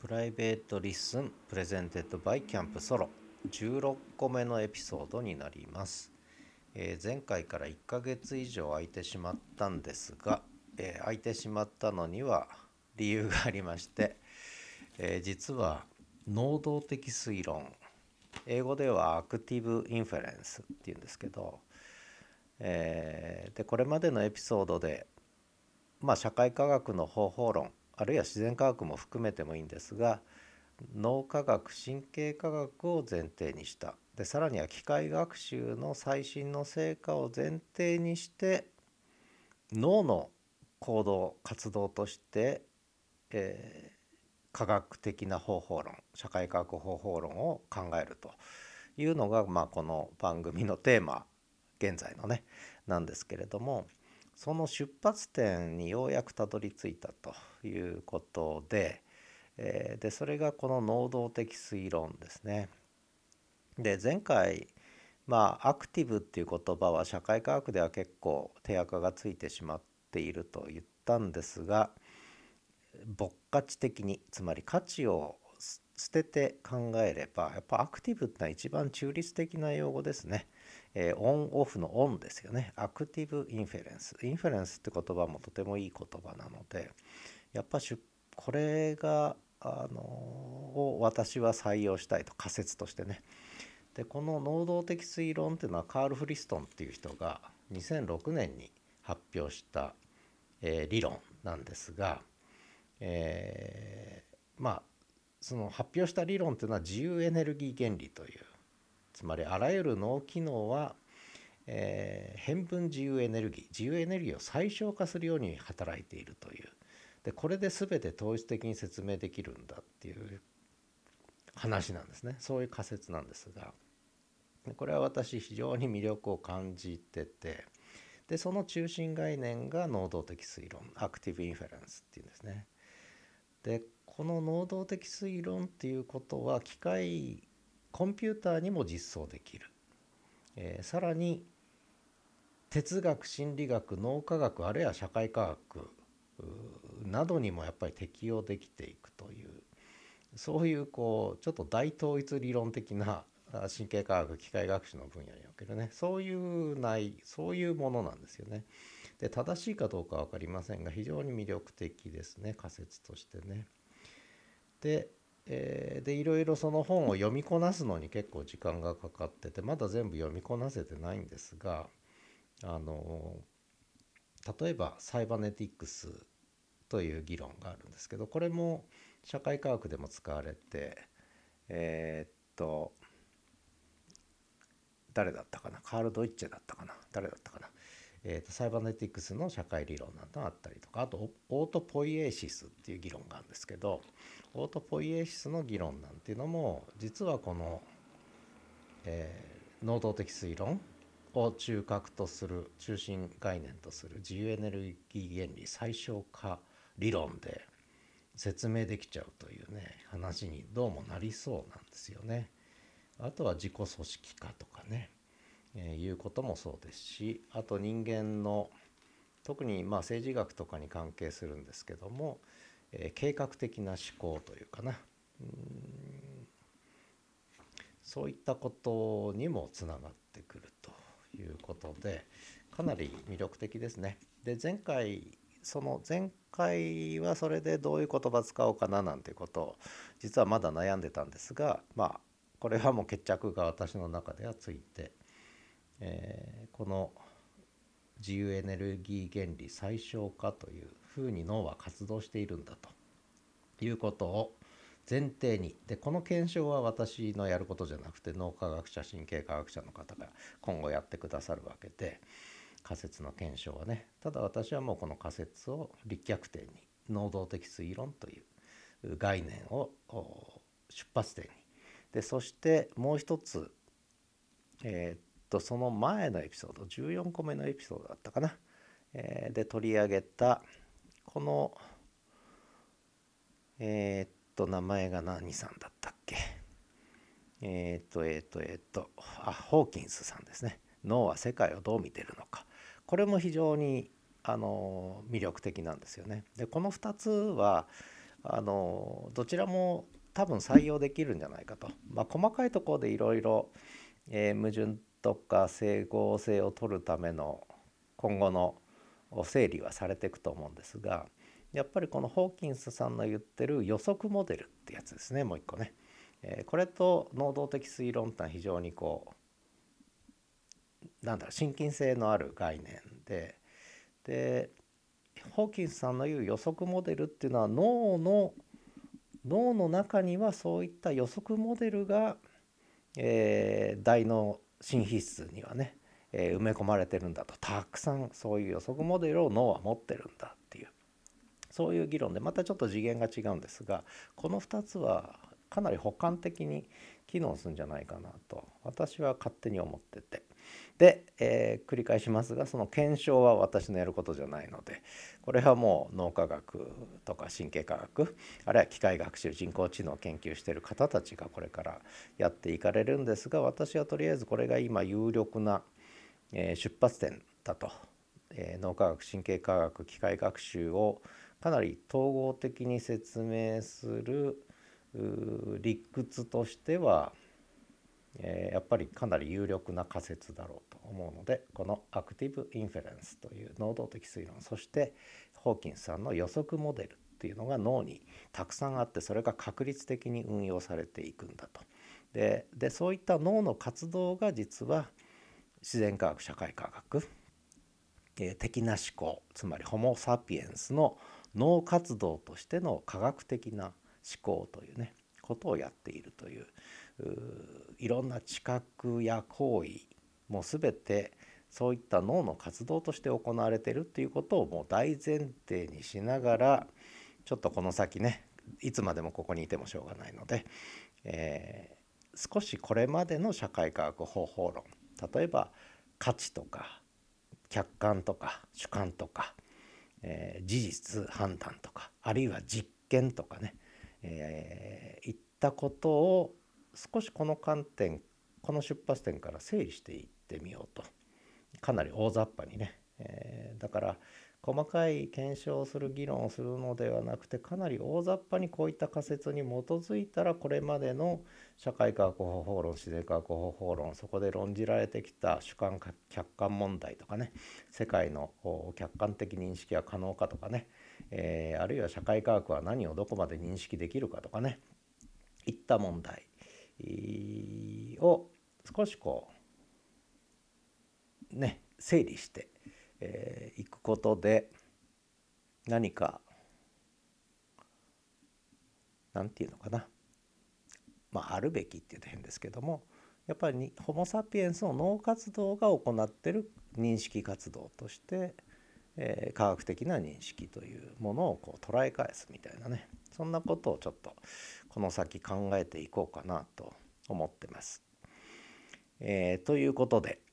プライベートリッスンプレゼンテッドバイキャンプソロ16個目のエピソードになります。前回から1ヶ月以上空いてしまったんですが、空いてしまったのには理由がありまして、実は能動的推論、英語ではアクティブインフェレンスっていうんですけど、でこれまでのエピソードで、社会科学の方法論あるいは自然科学も含めてもいいんですが、脳科学神経科学を前提にしたで、さらには機械学習の最新の成果を前提にして脳の行動活動として、科学的な方法論社会科学方法論を考えるというのが、この番組のテーマ現在のねなんですけれども、その出発点にようやくたどり着いたということで、それがこの能動的推論ですね。で前回アクティブっていう言葉は社会科学では結構手垢がついてしまっていると言ったんですが、没価値的につまり価値を捨てて考えればやっぱアクティブってのは一番中立的な用語ですね。オンオフのオンですよね。アクティブインフェレンス、インフェレンスって言葉もとてもいい言葉なので、やっぱこれがを私は採用したいと、仮説としてね。でこの能動的推論っていうのはカール・フリストンっていう人が2006年に発表した、理論なんですが、えーまあその発表した理論というのは自由エネルギー原理という、つまりあらゆる脳機能は、変分自由エネルギーを最小化するように働いているという。でこれで全て統一的に説明できるんだっていう話なんですね。そういう仮説なんですが、これは私非常に魅力を感じてて、でその中心概念が能動的推論アクティブインフェレンスっていうんですね。でこの能動的推論っていうことはコンピューターにも実装できる、さらに哲学心理学脳科学あるいは社会科学などにもやっぱり適用できていくという、そういうちょっと大統一理論的な神経科学機械学習の分野におけるね、そういうものなんですよね。で正しいかどうかは分かりませんが非常に魅力的ですね、仮説としてね。で、いろいろその本を読みこなすのに結構時間がかかってて、まだ全部読みこなせてないんですが、あの例えばサイバネティックスという議論があるんですけど、これも社会科学でも使われて、えーっと誰だったかな、カール・ドイッチェだったかな、誰だったかな、サイバネティクスの社会理論などがあったりとか、あとオートポイエーシスっていう議論があるんですけど、オートポイエーシスの議論なんていうのも実はこの、能動的推論を中心概念とする自由エネルギー原理最小化理論で説明できちゃうというね話にどうもなりそうなんですよね。あとは自己組織化とかね、いうこともそうですし、あと人間の特に政治学とかに関係するんですけども、計画的な思考というかな、そういったことにもつながってくるということで、かなり魅力的ですね。で前回はそれでどういう言葉使おうかななんていうことを実はまだ悩んでたんですが、これはもう決着が私の中ではついて、この自由エネルギー原理最小化というふうに脳は活動しているんだということを前提に、でこの検証は私のやることじゃなくて脳科学者神経科学者の方が今後やってくださるわけで、仮説の検証はね、ただ私はもうこの仮説を立脚点に能動的推論という概念を出発点に、でそしてもう一つ、その前のエピソード14個目のエピソードだったかな、で取り上げたこの名前が何さんだったっけ、ホーキンスさんですね。脳は世界をどう見てるのか、これも非常に魅力的なんですよね。でこの2つはどちらも多分採用できるんじゃないかと。細かいところでいろいろ矛盾とか整合性を取るための今後の整理はされていくと思うんですが、やっぱりこのホーキンスさんの言ってる予測モデルってやつですね、もう一個ね。これと能動的推論ってのは非常に親近性のある概念で、ホーキンスさんの言う予測モデルっていうのは脳の中にはそういった予測モデルが、大脳新皮質にはね、埋め込まれてるんだと。たくさんそういう予測モデルを脳は持ってるんだっていう、そういう議論でまたちょっと次元が違うんですが、この2つはかなり補完的に機能するんじゃないかなと私は勝手に思ってて、で、繰り返しますが、その検証は私のやることじゃないので、これはもう脳科学とか神経科学、あるいは機械学習人工知能を研究している方たちがこれからやっていかれるんですが、私はとりあえずこれが今有力な出発点だと。脳科学神経科学機械学習をかなり統合的に説明する理屈としては、やっぱりかなり有力な仮説だろうと思うので、このアクティブインフェレンスという能動的推論、そしてホーキンスさんの予測モデルっていうのが脳にたくさんあって、それが確率的に運用されていくんだと。でそういった脳の活動が実は自然科学社会科学的な思考、つまりホモ・サピエンスの脳活動としての科学的な思考というねことをやっているという、いろんな知覚や行為も全てそういった脳の活動として行われているということをもう大前提にしながら、ちょっとこの先ね、いつまでもここにいてもしょうがないので、少しこれまでの社会科学方法論、例えば価値とか客観とか主観とか、事実判断とか、あるいは実験とかね、いったことを少しこの観点、この出発点から整理していってみようと。かなり大雑把にね、だから細かい検証をする議論をするのではなくて、かなり大雑把にこういった仮説に基づいたら、これまでの社会科学方法論、自然科学方法論、そこで論じられてきた主観客観問題とかね、世界の客観的認識は可能かとかね、あるいは社会科学は何をどこまで認識できるかとかね、いった問題を少し整理していくことで、何かなんていうのかな、あるべきって言うと変ですけども、やっぱりホモ・サピエンスの脳活動が行っている認識活動として、科学的な認識というものを捉え返すみたいなね、そんなことをちょっとこの先考えていこうかなと思ってます。ということで、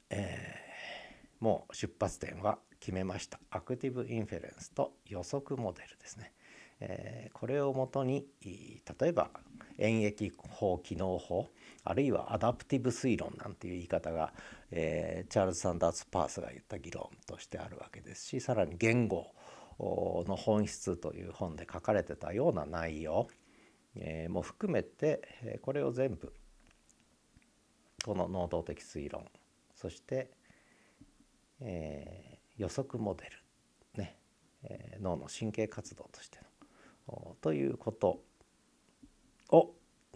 もう出発点は決めました。アクティブインフェレンスと予測モデルですね。これをもとに例えば演疫法機能法、あるいはアダプティブ推論なんていう言い方が、チャールズ・サンダース・パースが言った議論としてあるわけですし、さらに言語の本質という本で書かれてたような内容、も含めて、これを全部この能動的推論、そして、予測モデル、ね、脳の神経活動としてのということを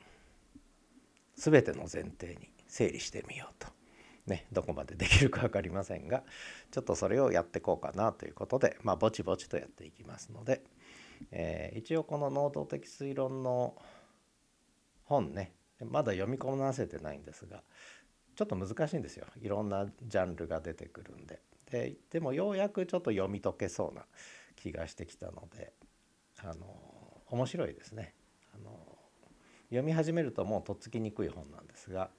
全ての前提に整理してみようと、ね、どこまでできるか分かりませんが、ちょっとそれをやっていこうかなということで、ぼちぼちとやっていきますので、一応この能動的推論の本ね、まだ読み込ませてないんですが、ちょっと難しいんですよ。いろんなジャンルが出てくるんで。でもようやくちょっと読み解けそうな気がしてきたので、面白いですね。読み始めるともうとっつきにくい本なんですが、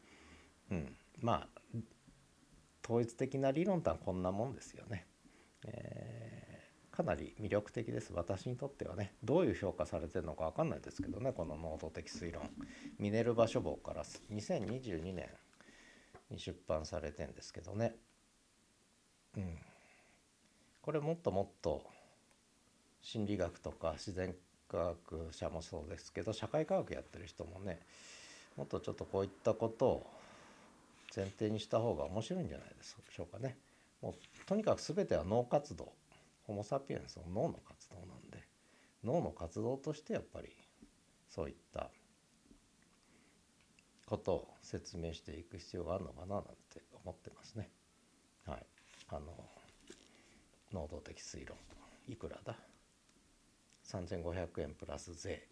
統一的な理論とはこんなもんですよね。かなり魅力的です。私にとってはね、どういう評価されてるのか分かんないですけどね、この能動的推論、ミネルヴァ書房から2022年に出版されてんですけどね、これもっともっと心理学とか自然科学者もそうですけど、社会科学やってる人もね、もっとちょっとこういったことを前提にした方が面白いんじゃないでしょうかね。もうとにかく全ては脳活動、ホモ・サピエンスの脳の活動なんで、脳の活動としてやっぱりそういったことを説明していく必要があるのかななんて思ってますね。はい。能動的推論いくらだ、3500円プラス税、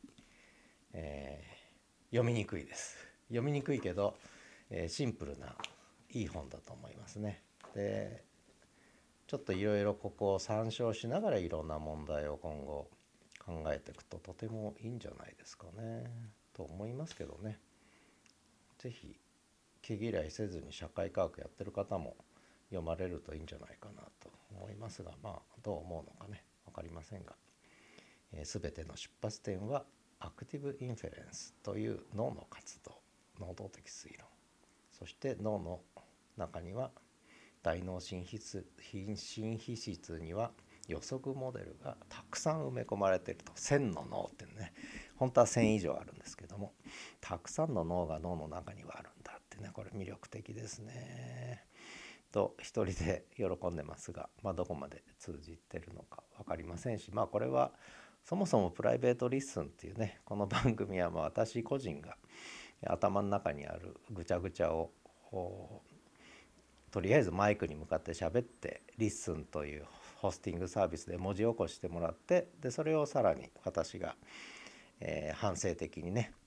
読みにくいです。読みにくいけど、シンプルないい本だと思いますね。でちょっといろいろここを参照しながらいろんな問題を今後考えていくととてもいいんじゃないですかねと思いますけどね。ぜひ毛嫌いせずに社会科学やってる方も読まれるといいんじゃないかなと思いますが、まあどう思うのかね分かりませんが、全ての出発点はアクティブインフェレンスという脳の活動、能動的推論、そして脳の中には大脳新皮質には予測モデルがたくさん埋め込まれていると。1000の脳ってね、本当は1000以上あるんですけども、たくさんの脳が脳の中にはあるんだってね、これ魅力的ですねと一人で喜んでますが、どこまで通じてるのか分かりませんし、これはそもそもプライベートリッスンっていうね、この番組は私個人が頭の中にあるぐちゃぐちゃをとりあえずマイクに向かって喋ってリッスンというホスティングサービスで文字起こしてもらって、でそれをさらに私が、反省的にね、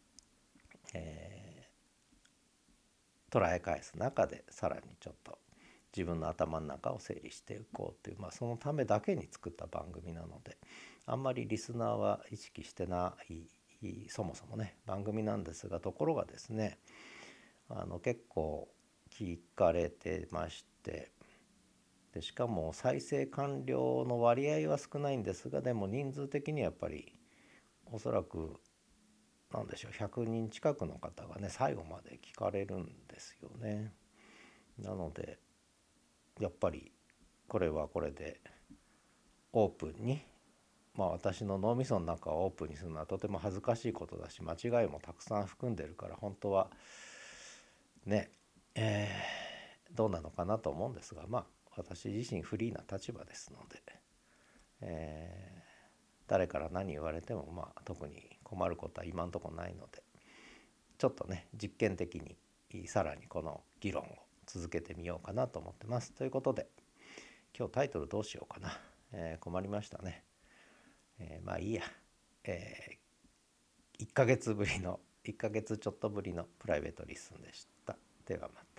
捉え返す中でさらにちょっと自分の頭の中を整理していこうという、そのためだけに作った番組なので、あんまりリスナーは意識してないそもそもね番組なんですが、ところがですね、結構聞かれてまして、でしかも再生完了の割合は少ないんですが、でも人数的にはやっぱりおそらくなんでしょう、100人近くの方がね最後まで聞かれるんですよね。なのでやっぱりこれはこれでオープンに、私の脳みその中をオープンにするのはとても恥ずかしいことだし、間違いもたくさん含んでるから、本当はね、どうなのかなと思うんですが、私自身フリーな立場ですので、誰から何言われても特に困ることは今のところないので、ちょっとね実験的にさらにこの議論を続けてみようかなと思ってます。ということで今日タイトルどうしようかな、困りましたね。いいや、1ヶ月ちょっとぶりのプライベートリッスンでした。ではまた。